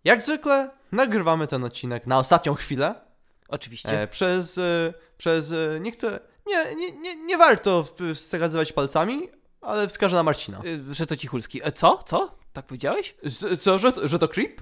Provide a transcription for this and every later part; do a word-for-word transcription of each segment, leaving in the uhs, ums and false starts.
Jak zwykle nagrywamy ten odcinek na ostatnią chwilę. Oczywiście. E, przez, e, przez, e, nie chcę, nie, nie, nie, nie warto wskazywać palcami, ale wskażę na Marcina. Y, że to Cichulski. E, co? Co? Tak powiedziałeś? Z, co, że, że to creep?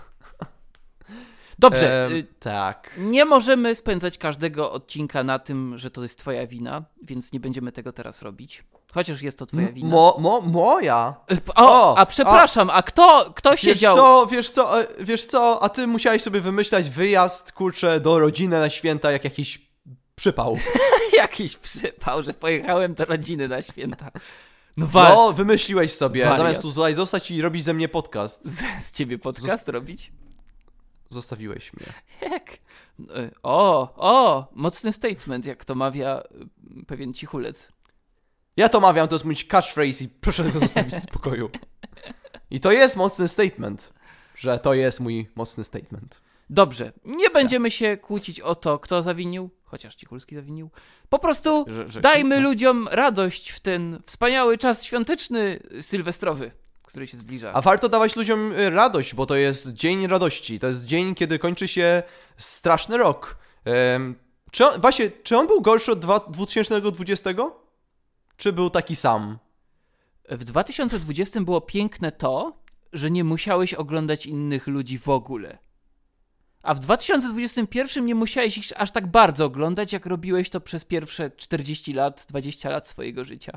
Dobrze. E, y, tak. Nie możemy spędzać każdego odcinka na tym, że to jest twoja wina, więc nie będziemy tego teraz robić. Chociaż jest to twoja wina. Mo, mo, moja? Y, O, O, a przepraszam, a kto, kto Wiesz siedział... co, wiesz co, e, wiesz co, a ty musiałeś sobie wymyślać wyjazd, kurczę, do rodziny na święta, jak jakiś przypał. Jakiś przypał, że pojechałem do rodziny na święta. No, wa- No, wymyśliłeś sobie, Wariat. zamiast tu tutaj zostać i robić ze mnie podcast. z, z ciebie podcast robić? Zostawiłeś mnie. Jak? Y, O, o, mocny statement, jak to mawia y, pewien cichulec. Ja to mawiam, to jest mój catchphrase i proszę tego zostawić w spokoju. I to jest mocny statement, że to jest mój mocny statement. Dobrze, nie będziemy się kłócić o to, kto zawinił, chociaż Cichulski zawinił. Po prostu Że, że... dajmy ludziom radość w ten wspaniały czas świąteczny, sylwestrowy, który się zbliża. A warto dawać ludziom y, radość, bo to jest dzień radości. To jest dzień, kiedy kończy się straszny rok. Um, czy on, właśnie, czy on był gorszy od dwa, dwa tysiące dwudziestego? Czy był taki sam? W dwa tysiące dwudziestym było piękne to, że nie musiałeś oglądać innych ludzi w ogóle. A w dwa tysiące dwudziestym pierwszym nie musiałeś ich aż tak bardzo oglądać, jak robiłeś to przez pierwsze czterdzieści lat, dwadzieścia lat swojego życia.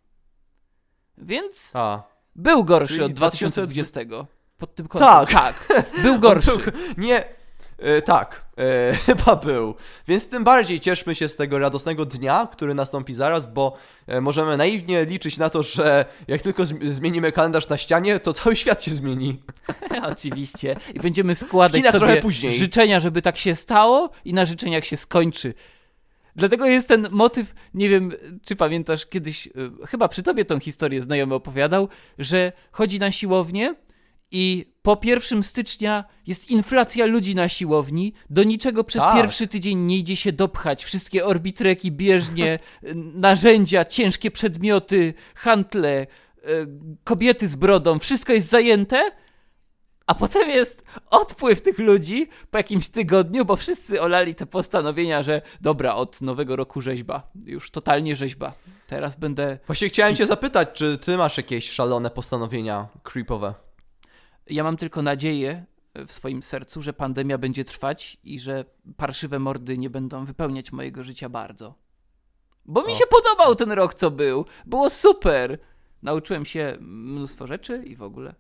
Więc A. był gorszy Czyli od dwa tysiące dwudziestego. Pod tym Tak. kątem. Tak. Był gorszy. Był, nie, e, tak, e, chyba był. Więc tym bardziej cieszmy się z tego radosnego dnia, który nastąpi zaraz, bo e, możemy naiwnie liczyć na to, że jak tylko zm- zmienimy kalendarz na ścianie, to cały świat się zmieni. Oczywiście. I będziemy składać Chinach trochę sobie później. życzenia, żeby tak się stało i na życzeniach się skończy. Dlatego jest ten motyw, nie wiem, czy pamiętasz, kiedyś, y, chyba przy tobie tą historię znajomy opowiadał, że chodzi na siłownię i po pierwszego stycznia jest inflacja ludzi na siłowni, do niczego przez Tak. pierwszy tydzień nie idzie się dopchać. Wszystkie orbitreki, bieżnie, y, narzędzia, ciężkie przedmioty, hantle, y, kobiety z brodą, wszystko jest zajęte. A potem jest odpływ tych ludzi po jakimś tygodniu, bo wszyscy olali te postanowienia, że dobra, od nowego roku rzeźba. Już totalnie rzeźba. Teraz będę... Właśnie chciałem cię zapytać, czy ty masz jakieś szalone postanowienia creepowe? Ja mam tylko nadzieję w swoim sercu, że pandemia będzie trwać i że parszywe mordy nie będą wypełniać mojego życia bardzo. Bo mi O. się podobał ten rok, co był. Było super. Nauczyłem się mnóstwo rzeczy i w ogóle.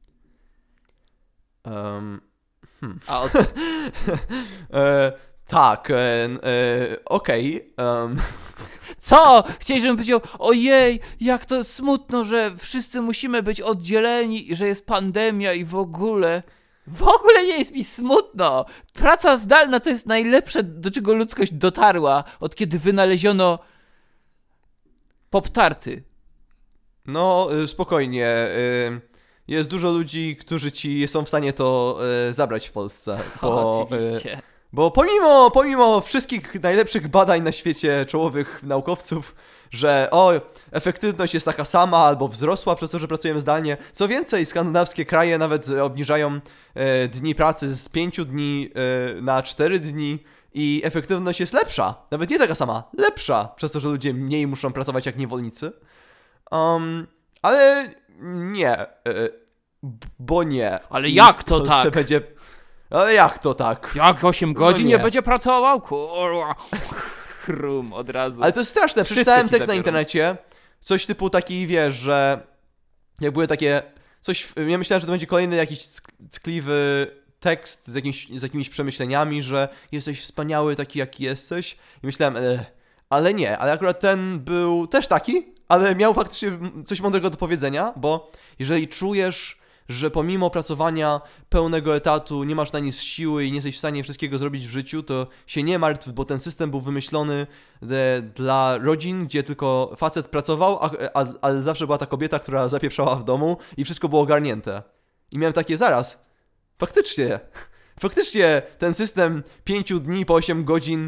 Um, A od... e, tak, e, e, okej. em. Co? Chcieli, żebym powiedział, ojej, jak to smutno, że wszyscy musimy być oddzieleni i że jest pandemia i w ogóle. W ogóle nie jest mi smutno. Praca zdalna to jest najlepsze, do czego ludzkość dotarła, od kiedy wynaleziono pop-tarty. No, y, spokojnie. y, Jest dużo ludzi, którzy ci są w stanie to y, zabrać w Polsce. Bo, Oczywiście. y, bo pomimo, pomimo wszystkich najlepszych badań na świecie czołowych naukowców, że o, efektywność jest taka sama albo wzrosła przez to, że pracujemy zdalnie. Co więcej, skandynawskie kraje nawet obniżają y, dni pracy z pięciu dni y, na cztery dni. I efektywność jest lepsza. Nawet nie taka sama, lepsza. Przez to, że ludzie mniej muszą pracować jak niewolnicy. Um, ale nie, e, b- bo nie. Ale I jak w to Polsce tak? Będzie... Ale jak to tak? Jak osiem godzin No nie. nie. będzie pracował? Kurwa. Chrum od razu. Ale to jest straszne. Wszystko Przeczytałem ci tekst na zabiorą. internecie. Coś typu taki, wiesz, że jak były takie... Coś, ja myślałem, że to będzie kolejny jakiś ck- ckliwy tekst z, jakimś, z jakimiś przemyśleniami, że jesteś wspaniały taki, jaki jesteś. I myślałem, e, ale nie. Ale akurat ten był też taki, ale miał faktycznie coś mądrego do powiedzenia, bo jeżeli czujesz, że pomimo pracowania pełnego etatu nie masz na nic siły i nie jesteś w stanie wszystkiego zrobić w życiu, to się nie martw, bo ten system był wymyślony de, dla rodzin, gdzie tylko facet pracował, a, a, ale zawsze była ta kobieta, która zapieprzała w domu i wszystko było ogarnięte. I miałem takie zaraz. Faktycznie. Faktycznie ten system pięciu dni po osiem godzin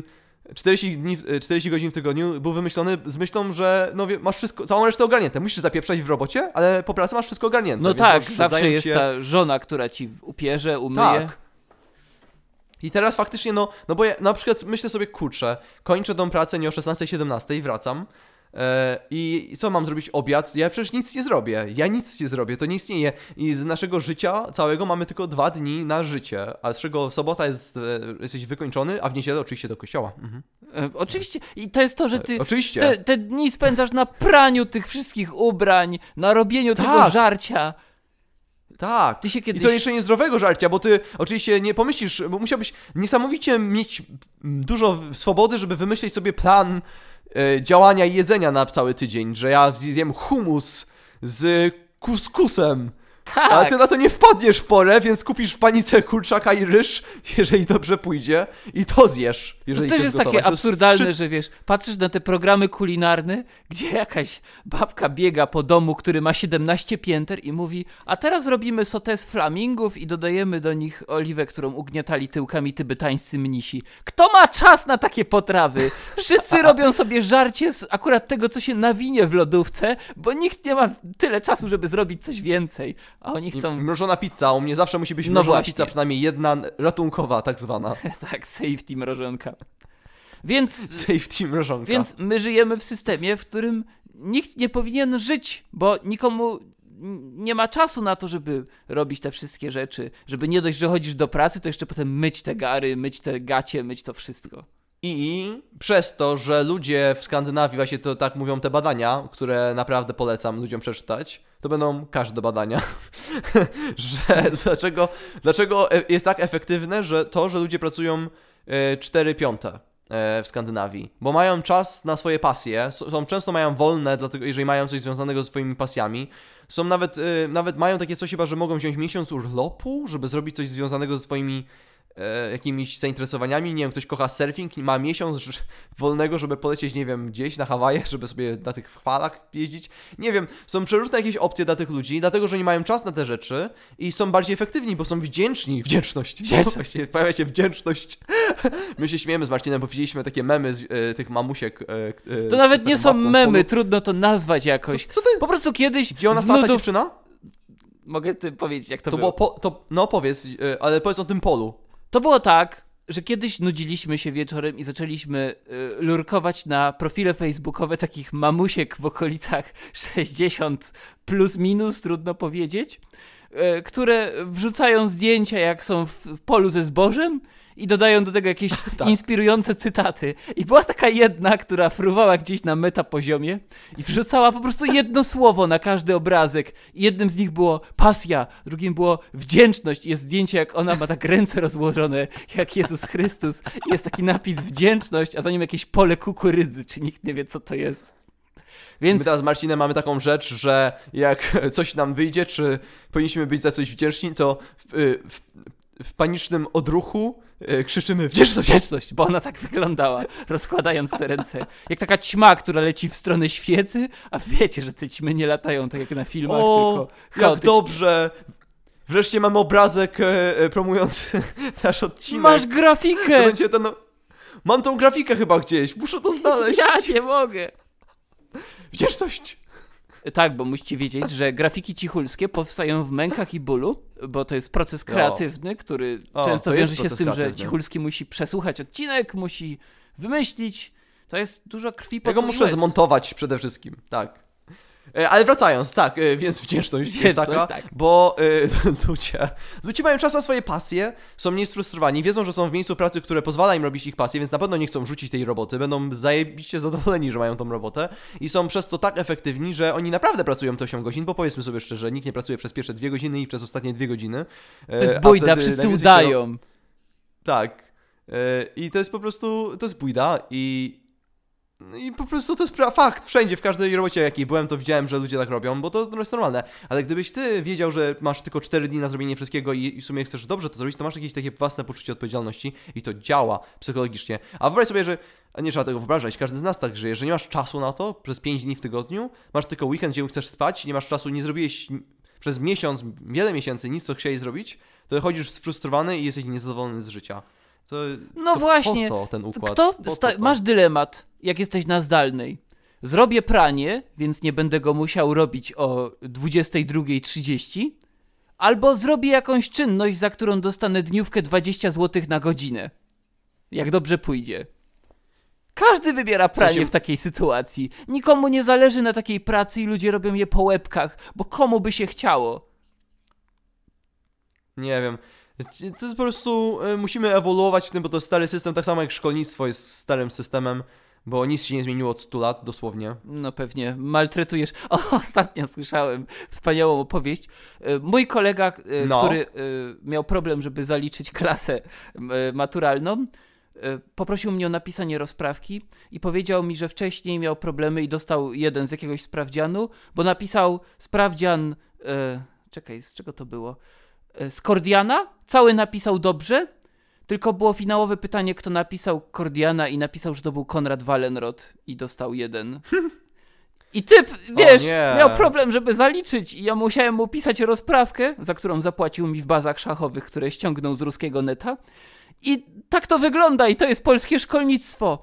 czterdzieści dni, czterdzieści godzin w tygodniu był wymyślony z myślą, że no, masz wszystko, całą resztę ogarnięte. Musisz zapieprzać w robocie, ale po pracy masz wszystko ogarnięte. No więc tak, możesz zawsze zająć jest się... ta żona, która ci upierze, umyje. Tak. I teraz faktycznie, no, no bo ja na przykład myślę sobie, kurczę, kończę tą pracę nie o szesnastej, siedemnastej, wracam e, i co mam zrobić? Obiad? Ja przecież nic nie zrobię, ja nic nie zrobię, to nie istnieje i z naszego życia całego mamy tylko dwa dni na życie, a z czego sobota jest, e, jesteś wykończony, a w niedzielę oczywiście do kościoła. Mhm. E, oczywiście, i to jest to, że ty e, oczywiście. Te, te dni spędzasz na praniu tych wszystkich ubrań, na robieniu Tak. tego żarcia. Tak, Ty się kiedyś... i to jeszcze niezdrowego żarcia, bo ty oczywiście nie pomyślisz, bo musiałbyś niesamowicie mieć dużo swobody, żeby wymyślić sobie plan e, działania i jedzenia na cały tydzień, że ja zjem hummus z kuskusem. Tak. Ale ty na to nie wpadniesz w porę, więc kupisz w panice kurczaka i ryż, jeżeli dobrze pójdzie, i to zjesz, jeżeli To też chcesz jest gotować. takie To jest absurdalne, szczyt- że wiesz, patrzysz na te programy kulinarne, gdzie jakaś babka biega po domu, który ma siedemnaście pięter i mówi, a teraz robimy sotę z flamingów i dodajemy do nich oliwę, którą ugniatali tyłkami tybetańscy mnisi. Kto ma czas na takie potrawy? Wszyscy robią sobie żarcie z akurat tego, co się nawinie w lodówce, bo nikt nie ma tyle czasu, żeby zrobić coś więcej. A oni chcą... I mrożona pizza, u mnie zawsze musi być No mrożona właśnie. pizza, przynajmniej jedna ratunkowa tak zwana. tak, safety mrożonka. Więc... Safety mrożonka. Więc my żyjemy w systemie, w którym nikt nie powinien żyć, bo nikomu nie ma czasu na to, żeby robić te wszystkie rzeczy. Żeby nie dość, że chodzisz do pracy, to jeszcze potem myć te gary, myć te gacie, myć to wszystko. I przez to, że ludzie w Skandynawii, właśnie to tak mówią te badania, które naprawdę polecam ludziom przeczytać, to będą każde badania, że dlaczego, dlaczego jest tak efektywne, że to, że ludzie pracują cztery piąte w Skandynawii, bo mają czas na swoje pasje, są, często mają wolne, dlatego jeżeli mają coś związanego ze swoimi pasjami, są nawet, nawet mają takie coś chyba, że mogą wziąć miesiąc urlopu, żeby zrobić coś związanego ze swoimi e, jakimiś zainteresowaniami, nie wiem, ktoś kocha surfing i ma miesiąc wolnego, żeby polecieć, nie wiem, gdzieś na Hawaje, żeby sobie na tych falach jeździć, nie wiem, są przeróżne jakieś opcje dla tych ludzi, dlatego, że nie mają czas na te rzeczy i są bardziej efektywni, bo są wdzięczni, wdzięczność, Wdzięczność. Właśnie, pojawia się wdzięczność. My się śmiejemy z Marcinem, bo widzieliśmy takie memy z e, tych mamusiek. E, e, To nawet z nie taką są mapą memy, polu. trudno to nazwać jakoś. Co, co to jest? Po prostu kiedyś Gdzie ona z stała, ta nudów... dziewczyna? Mogę ty powiedzieć, jak to, To było. było, po, to, no powiedz, e, ale powiedz o tym polu. To było tak, że kiedyś nudziliśmy się wieczorem i zaczęliśmy y, lurkować na profile facebookowe takich mamusiek w okolicach sześćdziesiąt plus minus, trudno powiedzieć, y, które wrzucają zdjęcia, jak są w, w polu ze zbożem i dodają do tego jakieś Tak. inspirujące cytaty. I była taka jedna, która fruwała gdzieś na metapoziomie i wrzucała po prostu jedno słowo na każdy obrazek. I jednym z nich było pasja, drugim było wdzięczność. I jest zdjęcie, jak ona ma tak ręce rozłożone, jak Jezus Chrystus. I jest taki napis wdzięczność, a za nim jakieś pole kukurydzy, czy nikt nie wie, co to jest. Więc... My teraz z Marcinem mamy taką rzecz, że jak coś nam wyjdzie, czy powinniśmy być za coś wdzięczni, to w, w, w panicznym odruchu krzyczymy wdzięczność. Wdzięczność, bo ona tak wyglądała, rozkładając te ręce. Jak taka ćma, która leci w stronę świecy, a wiecie, że te ćmy nie latają tak jak na filmach, O, tylko jak chaotycznie. dobrze. Wreszcie mamy obrazek e, e, promujący nasz odcinek. Masz To grafikę! będzie ten... Mam tą grafikę chyba gdzieś, muszę to znaleźć. Ja nie mogę! Wdzięczność. Tak, bo musicie wiedzieć, że grafiki cichulskie powstają w mękach i bólu, bo to jest proces kreatywny, który O, często to jest wiąże się proces z tym, że kreatywny. Cichulski musi przesłuchać odcinek, musi wymyślić. To jest dużo krwi, Ja potu go i muszę łez. zmontować przede wszystkim, tak. E, Ale wracając, tak, e, więc wdzięczność, jest Wdzięczność, taka, tak. bo e, ludzie, ludzie mają czas na swoje pasje, są mniej sfrustrowani, wiedzą, że są w miejscu pracy, które pozwala im robić ich pasje, więc na pewno nie chcą rzucić tej roboty, będą zajebiście zadowoleni, że mają tą robotę i są przez to tak efektywni, że oni naprawdę pracują te osiem godzin, bo powiedzmy sobie szczerze, nikt nie pracuje przez pierwsze dwie godziny i przez ostatnie dwie godziny. E, To jest a bójda, wtedy wszyscy najwięcej się ro- udają. Tak. E, I to jest po prostu, to jest bójda i no i po prostu to jest pra- fakt. Wszędzie, w każdej robocie, jakiej byłem, to widziałem, że ludzie tak robią, bo to, to jest normalne. Ale gdybyś ty wiedział, że masz tylko cztery dni na zrobienie wszystkiego i, i w sumie chcesz dobrze to zrobić, to masz jakieś takie własne poczucie odpowiedzialności i to działa psychologicznie. A wyobraź sobie, że a nie trzeba tego wyobrażać, każdy z nas tak żyje, że nie masz czasu na to przez pięć dni w tygodniu, masz tylko weekend, gdzie chcesz spać, nie masz czasu, nie zrobiłeś przez miesiąc, wiele miesięcy nic, co chciałeś zrobić, to chodzisz sfrustrowany i jesteś niezadowolony z życia. To, No co, właśnie. Po co ten układ? Kto? Po co Sta- to? masz dylemat, jak jesteś na zdalnej. Zrobię pranie, więc nie będę go musiał robić o dwudziesta druga trzydzieści, albo zrobię jakąś czynność, za którą dostanę dniówkę dwadzieścia złotych na godzinę. Jak dobrze pójdzie. Każdy wybiera pranie w, sensie... w takiej sytuacji. Nikomu nie zależy na takiej pracy i ludzie robią je po łebkach, bo komu by się chciało? Nie wiem. To jest po prostu, y, musimy ewoluować w tym, bo to jest stary system, tak samo jak szkolnictwo jest starym systemem, bo nic się nie zmieniło od stu lat, dosłownie. No pewnie, maltretujesz. O, ostatnio słyszałem wspaniałą opowieść. Y, Mój kolega, y, no. który y, miał problem, żeby zaliczyć klasę y, maturalną, y, poprosił mnie o napisanie rozprawki i powiedział mi, że wcześniej miał problemy i dostał jeden z jakiegoś sprawdzianu, bo napisał sprawdzian, y, czekaj, z czego to było? Z Kordiana, cały napisał dobrze, tylko było finałowe pytanie, kto napisał Kordiana i napisał, że to był Konrad Wallenrod i dostał jeden. I typ, wiesz, miał problem, żeby zaliczyć i ja musiałem mu pisać rozprawkę, za którą zapłacił mi w bazach szachowych, które ściągnął z ruskiego neta. I tak to wygląda i to jest polskie szkolnictwo.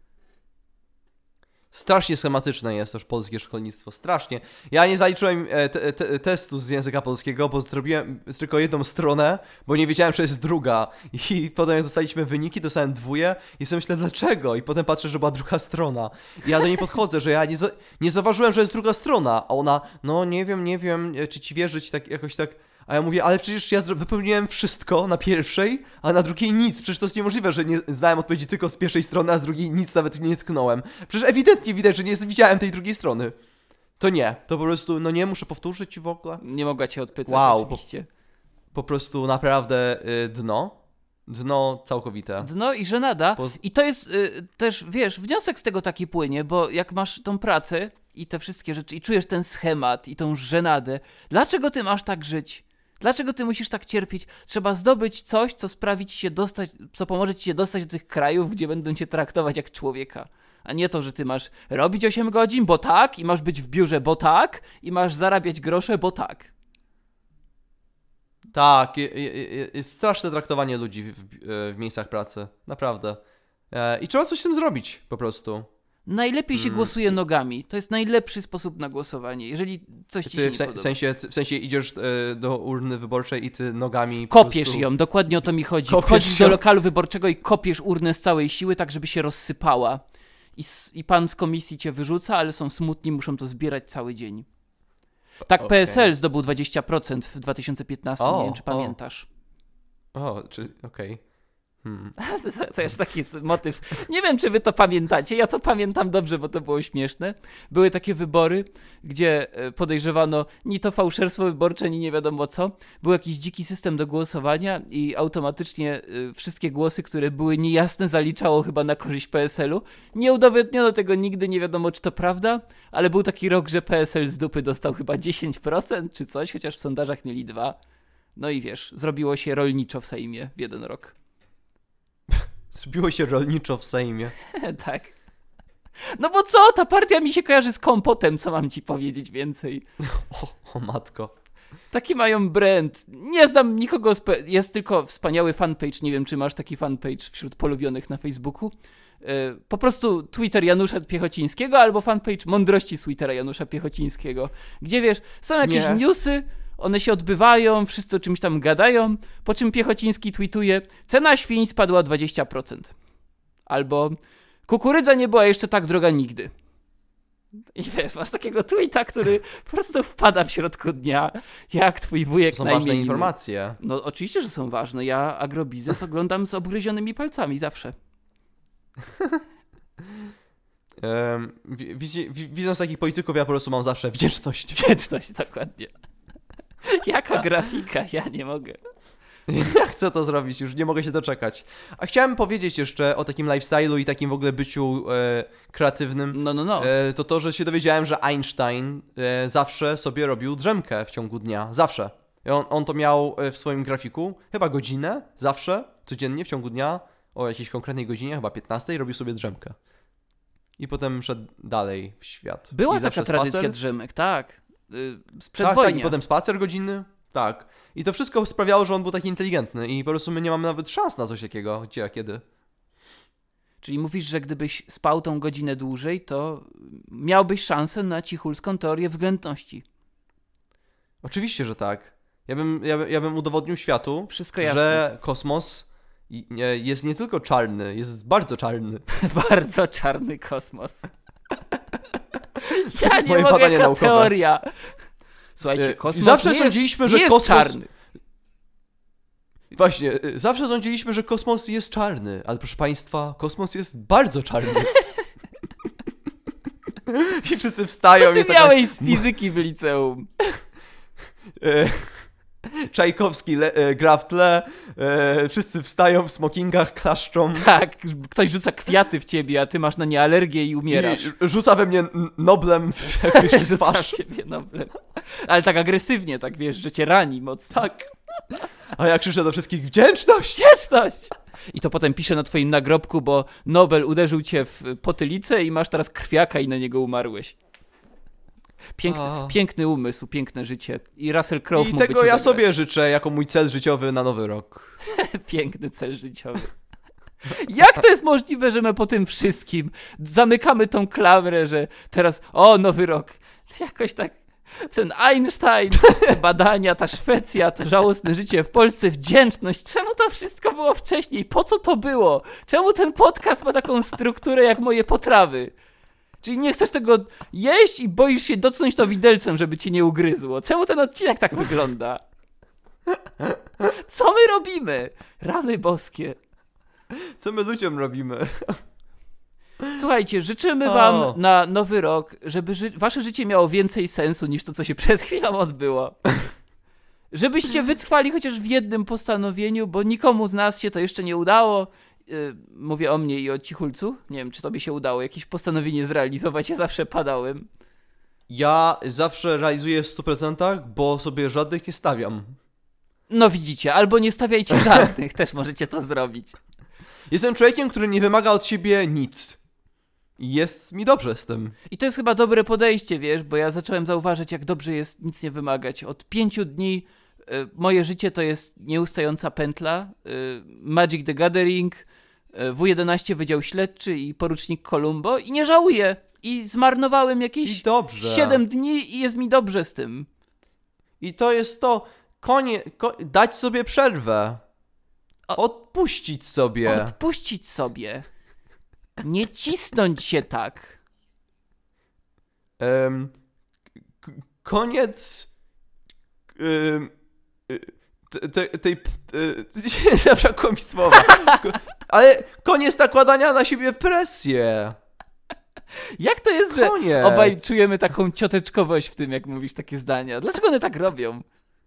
Strasznie schematyczne jest też polskie szkolnictwo, strasznie. Ja nie zaliczyłem e, te, te, testu z języka polskiego, bo zrobiłem tylko jedną stronę, bo nie wiedziałem, że jest druga. I potem jak dostaliśmy wyniki, dostałem dwóje i sobie myślę, dlaczego? I potem patrzę, że była druga strona. I ja do niej podchodzę, że ja nie, za, nie zauważyłem, że jest druga strona. A ona, no nie wiem, nie wiem, czy ci wierzyć tak jakoś tak... A ja mówię, ale przecież ja wypełniłem wszystko na pierwszej, a na drugiej nic. Przecież to jest niemożliwe, że nie znałem odpowiedzi tylko z pierwszej strony, a z drugiej nic nawet nie tknąłem. Przecież ewidentnie widać, że nie widziałem tej drugiej strony. To nie, to po prostu, no nie, muszę powtórzyć w ogóle. Nie mogła cię odpytać, wow, oczywiście. Po, po prostu naprawdę y, dno. Dno całkowite. Dno i żenada. Poz... I to jest y, też, wiesz, wniosek z tego taki płynie, bo jak masz tą pracę i te wszystkie rzeczy i czujesz ten schemat i tą żenadę, dlaczego ty masz tak żyć? Dlaczego ty musisz tak cierpieć? Trzeba zdobyć coś, co sprawi ci się dostać, co pomoże ci się dostać do tych krajów, gdzie będą cię traktować jak człowieka. A nie to, że ty masz robić osiem godzin, bo tak, i masz być w biurze, bo tak, i masz zarabiać grosze, bo tak. Tak, jest straszne traktowanie ludzi w, w miejscach pracy. Naprawdę. I trzeba coś z tym zrobić, po prostu. Najlepiej się hmm. głosuje nogami. To jest najlepszy sposób na głosowanie, jeżeli coś ci się nie w, se- podoba. W sensie, w sensie idziesz e, do urny wyborczej i ty nogami... Kopiesz prostu... ją, dokładnie o to mi chodzi. Kopiesz Wchodzisz ją. do lokalu wyborczego i kopiesz urnę z całej siły, tak żeby się rozsypała. I, I pan z komisji cię wyrzuca, ale są smutni, muszą to zbierać cały dzień. Tak okay. P S L zdobył dwadzieścia procent w dwa tysiące piętnastym, o, nie wiem czy o. pamiętasz. O, czyli okej. Okay. Hmm. To jest taki motyw. Nie wiem, czy wy to pamiętacie. Ja to pamiętam dobrze, bo to było śmieszne. Były takie wybory, gdzie podejrzewano ni to fałszerstwo wyborcze, ni nie wiadomo co. Był jakiś dziki system do głosowania i automatycznie wszystkie głosy, które były niejasne, zaliczało chyba na korzyść P S L u. Nie udowodniono tego nigdy, nie wiadomo, czy to prawda, ale był taki rok, że P S L z dupy dostał chyba dziesięć procent czy coś, chociaż w sondażach mieli dwa. No i wiesz, zrobiło się rolniczo w Sejmie w jeden rok. Zrobiło się rolniczo w Sejmie. Tak. No bo co? Ta partia mi się kojarzy z kompotem, co mam ci powiedzieć więcej. O, o matko. Taki mają brand. Nie znam nikogo, z P- jest tylko wspaniały fanpage, nie wiem czy masz taki fanpage wśród polubionych na Facebooku. Yy, po prostu Twitter Janusza Piechocińskiego albo fanpage Mądrości z Twittera Janusza Piechocińskiego, gdzie wiesz, są jakieś nie. newsy, one się odbywają, wszyscy o czymś tam gadają, po czym Piechociński tweetuje: cena świń spadła o dwadzieścia procent. Albo kukurydza nie była jeszcze tak droga nigdy. I wiesz, masz takiego tweeta, który po prostu wpada w środku dnia, jak twój wujek to na są ważne imieniny. informacje. No oczywiście, że są ważne. Ja agrobiznes oglądam z obgryzionymi palcami zawsze. Um, widząc takich polityków, ja po prostu mam zawsze wdzięczność. Wdzięczność, dokładnie. Jaka grafika, ja nie mogę. Ja chcę to zrobić, już nie mogę się doczekać. A chciałem powiedzieć jeszcze o takim lifestyle'u i takim w ogóle byciu e, kreatywnym. No, no, no. E, to to, że się dowiedziałem, że Einstein e, zawsze sobie robił drzemkę w ciągu dnia. Zawsze. I on, on to miał w swoim grafiku, chyba godzinę, zawsze, codziennie w ciągu dnia, o jakiejś konkretnej godzinie, chyba piętnastej, robił sobie drzemkę. I potem szedł dalej w świat. Była I taka tradycja spacer. drzemek, tak. Sprzed tak, wojny. tak, i potem spacer godzinny. Tak. I to wszystko sprawiało, że on był taki inteligentny i po prostu my nie mamy nawet szans na coś takiego. Gdzie, a kiedy? Czyli mówisz, że gdybyś spał tą godzinę dłużej, to miałbyś szansę na cichulską teorię względności. Oczywiście, że tak. Ja bym, ja, ja bym udowodnił światu, Wszystko jasne. że kosmos i- nie- jest nie tylko czarny, jest bardzo czarny. Bardzo czarny kosmos. Ja nie Moje mogę, badania jaka naukowe. teoria. Słuchajcie, E, kosmos zawsze nie sądziliśmy, jest, że nie jest kosmos- czarny. Właśnie, y, zawsze sądziliśmy, że kosmos jest czarny, ale proszę państwa, kosmos jest bardzo czarny. I wszyscy wstają. Co ty jest miałeś z fizyki w liceum? Taka, e, Czajkowski le, e, gra w tle, e, wszyscy wstają w smokingach, klaszczą. Tak, ktoś rzuca kwiaty w ciebie, a ty masz na nie alergię i umierasz. I rzuca we mnie n- noblem w jakąś Rzuca w twarz. ciebie noblem. Ale tak agresywnie, tak wiesz, że cię rani mocno. Tak. A ja krzyczę do wszystkich wdzięczność! Wdzięczność! I to potem pisze na twoim nagrobku, bo Nobel uderzył cię w potylicę i masz teraz krwiaka i na niego umarłeś. Piękny, A. piękny umysł, piękne życie. I Russell Crowe I mógłby tego cię ja zagrać. sobie życzę jako mój cel życiowy na nowy rok. Piękny cel życiowy. Jak to jest możliwe, że my po tym wszystkim zamykamy tą klamrę, że teraz, o, nowy rok. Jakoś tak, ten Einstein, te badania, ta Szwecja, to żałosne życie w Polsce, wdzięczność. Czemu to wszystko było wcześniej? Po co to było? Czemu ten podcast ma taką strukturę jak moje potrawy? Czyli nie chcesz tego jeść i boisz się dotknąć to widelcem, żeby cię nie ugryzło. Czemu ten odcinek tak wygląda? Co my robimy? Rany boskie. Co my ludziom robimy? Słuchajcie, życzymy O. wam na nowy rok, żeby ży- wasze życie miało więcej sensu niż to, co się przed chwilą odbyło. Żebyście wytrwali chociaż w jednym postanowieniu, bo nikomu z nas się to jeszcze nie udało. Yy, mówię o mnie i o Cichulcu. Nie wiem, czy tobie się udało jakieś postanowienie zrealizować. Ja zawsze padałem. Ja zawsze realizuję w stu procentach, bo sobie żadnych nie stawiam. No widzicie, albo nie stawiajcie żadnych, też możecie to zrobić. Jestem człowiekiem, który nie wymaga od siebie nic. I jest mi dobrze z tym. I to jest chyba dobre podejście, wiesz, bo ja zacząłem zauważyć, jak dobrze jest nic nie wymagać. Od pięciu dni y, moje życie to jest nieustająca pętla. Y, Magic the Gathering, y, W jedenaście Wydział Śledczy i Porucznik Columbo i nie żałuję. I zmarnowałem I jakieś dobrze. siedem dni i jest mi dobrze z tym. I to jest to. Konie, ko- dać sobie przerwę. O- Odpuścić sobie. Odpuścić sobie. Nie cisnąć się tak. Em, k- koniec. em, y, te- te- tej. y, Zabrakło mi słowa. Ko- Ale koniec nakładania na siebie presję. Jak to jest, że Koniec. obaj czujemy taką cioteczkowość w tym, jak mówisz takie zdania? Dlaczego one tak robią?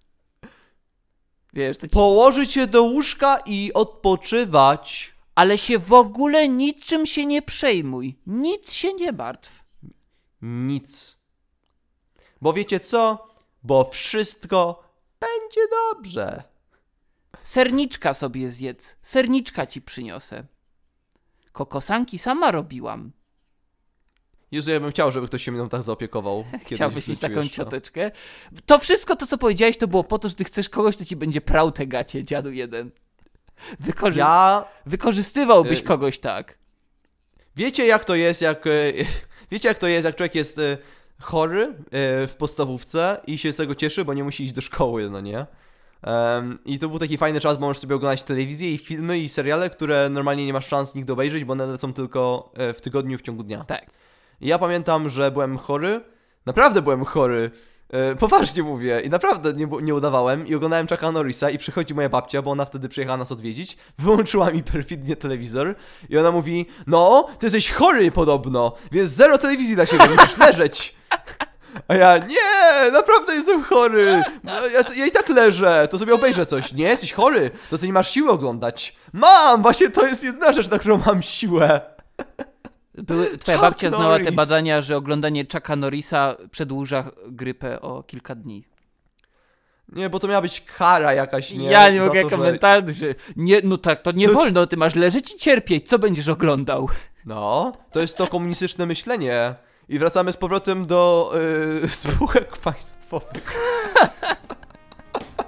Wiesz, to ci... Położyć się do łóżka i odpoczywać. Ale się w ogóle niczym się nie przejmuj. Nic się nie martw. Nic. Bo wiecie co? Bo wszystko będzie dobrze. Serniczka sobie zjedz. Serniczka ci przyniosę. Kokosanki sama robiłam. Jezu, ja bym chciał, żeby ktoś się mną tak zaopiekował. kiedyś Chciałbyś w mieć życiu taką jeszcze. cioteczkę. To wszystko to, co powiedziałeś, to było po to, że ty chcesz kogoś, kto ci będzie prał te gacie, dziadu jeden. Wykorzy... Ja... Wykorzystywałbyś Y, kogoś tak. Wiecie jak to jest, jak... e, Wiecie jak to jest, jak człowiek jest e, chory e, w podstawówce i się z tego cieszy, bo nie musi iść do szkoły, no nie? Em, I to był taki fajny czas, bo możesz sobie oglądać telewizję i filmy i seriale, które normalnie nie masz szans nigdy obejrzeć, bo one lecą tylko e, w tygodniu, w ciągu dnia. Tak. I ja pamiętam, że byłem chory, naprawdę byłem chory, e, poważnie mówię, i naprawdę nie, bu- nie udawałem i oglądałem Chucka Norrisa i przychodzi moja babcia, bo ona wtedy przyjechała nas odwiedzić, wyłączyła mi perfidnie telewizor i ona mówi, no, ty jesteś chory podobno, więc zero telewizji dla ciebie, musisz leżeć. A ja, nie, naprawdę jestem chory, no, ja, ja i tak leżę, to sobie obejrzę coś. Nie, jesteś chory, to ty nie masz siły oglądać. Mam, właśnie to jest jedna rzecz, na którą mam siłę. Były, twoja Chuck babcia znała te Norris. badania, że oglądanie Chucka Norrisa przedłuża grypę o kilka dni. Nie, bo to miała być kara jakaś, nie? Ja nie za mogę to, jako że- mentalny, że nie, no tak, to nie To jest- wolno, ty masz leżeć i cierpieć, co będziesz oglądał? No, to jest to komunistyczne myślenie. I wracamy z powrotem do yy, spółek państwowych.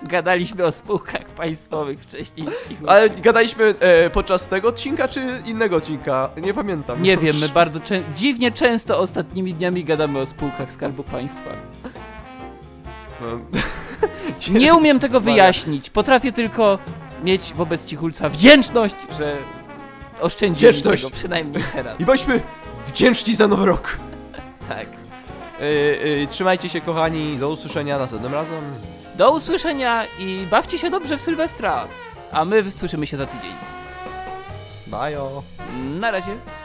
Gadaliśmy o spółkach państwowych wcześniej. Ale gadaliśmy e, podczas tego odcinka, czy innego odcinka? Nie pamiętam. Nie już. wiem, my bardzo czę- dziwnie często ostatnimi dniami gadamy o spółkach Skarbu Państwa. No. Nie umiem tego Maria. wyjaśnić. Potrafię tylko mieć wobec Cichulca wdzięczność, że oszczędziłem Wdzięczność. tego, przynajmniej teraz. I bądźmy wdzięczni za nowy rok. Tak. E, e, trzymajcie się, kochani. Do usłyszenia następnym razem. Do usłyszenia i bawcie się dobrze w Sylwestra. A my słyszymy się za tydzień. Bajo. Na razie.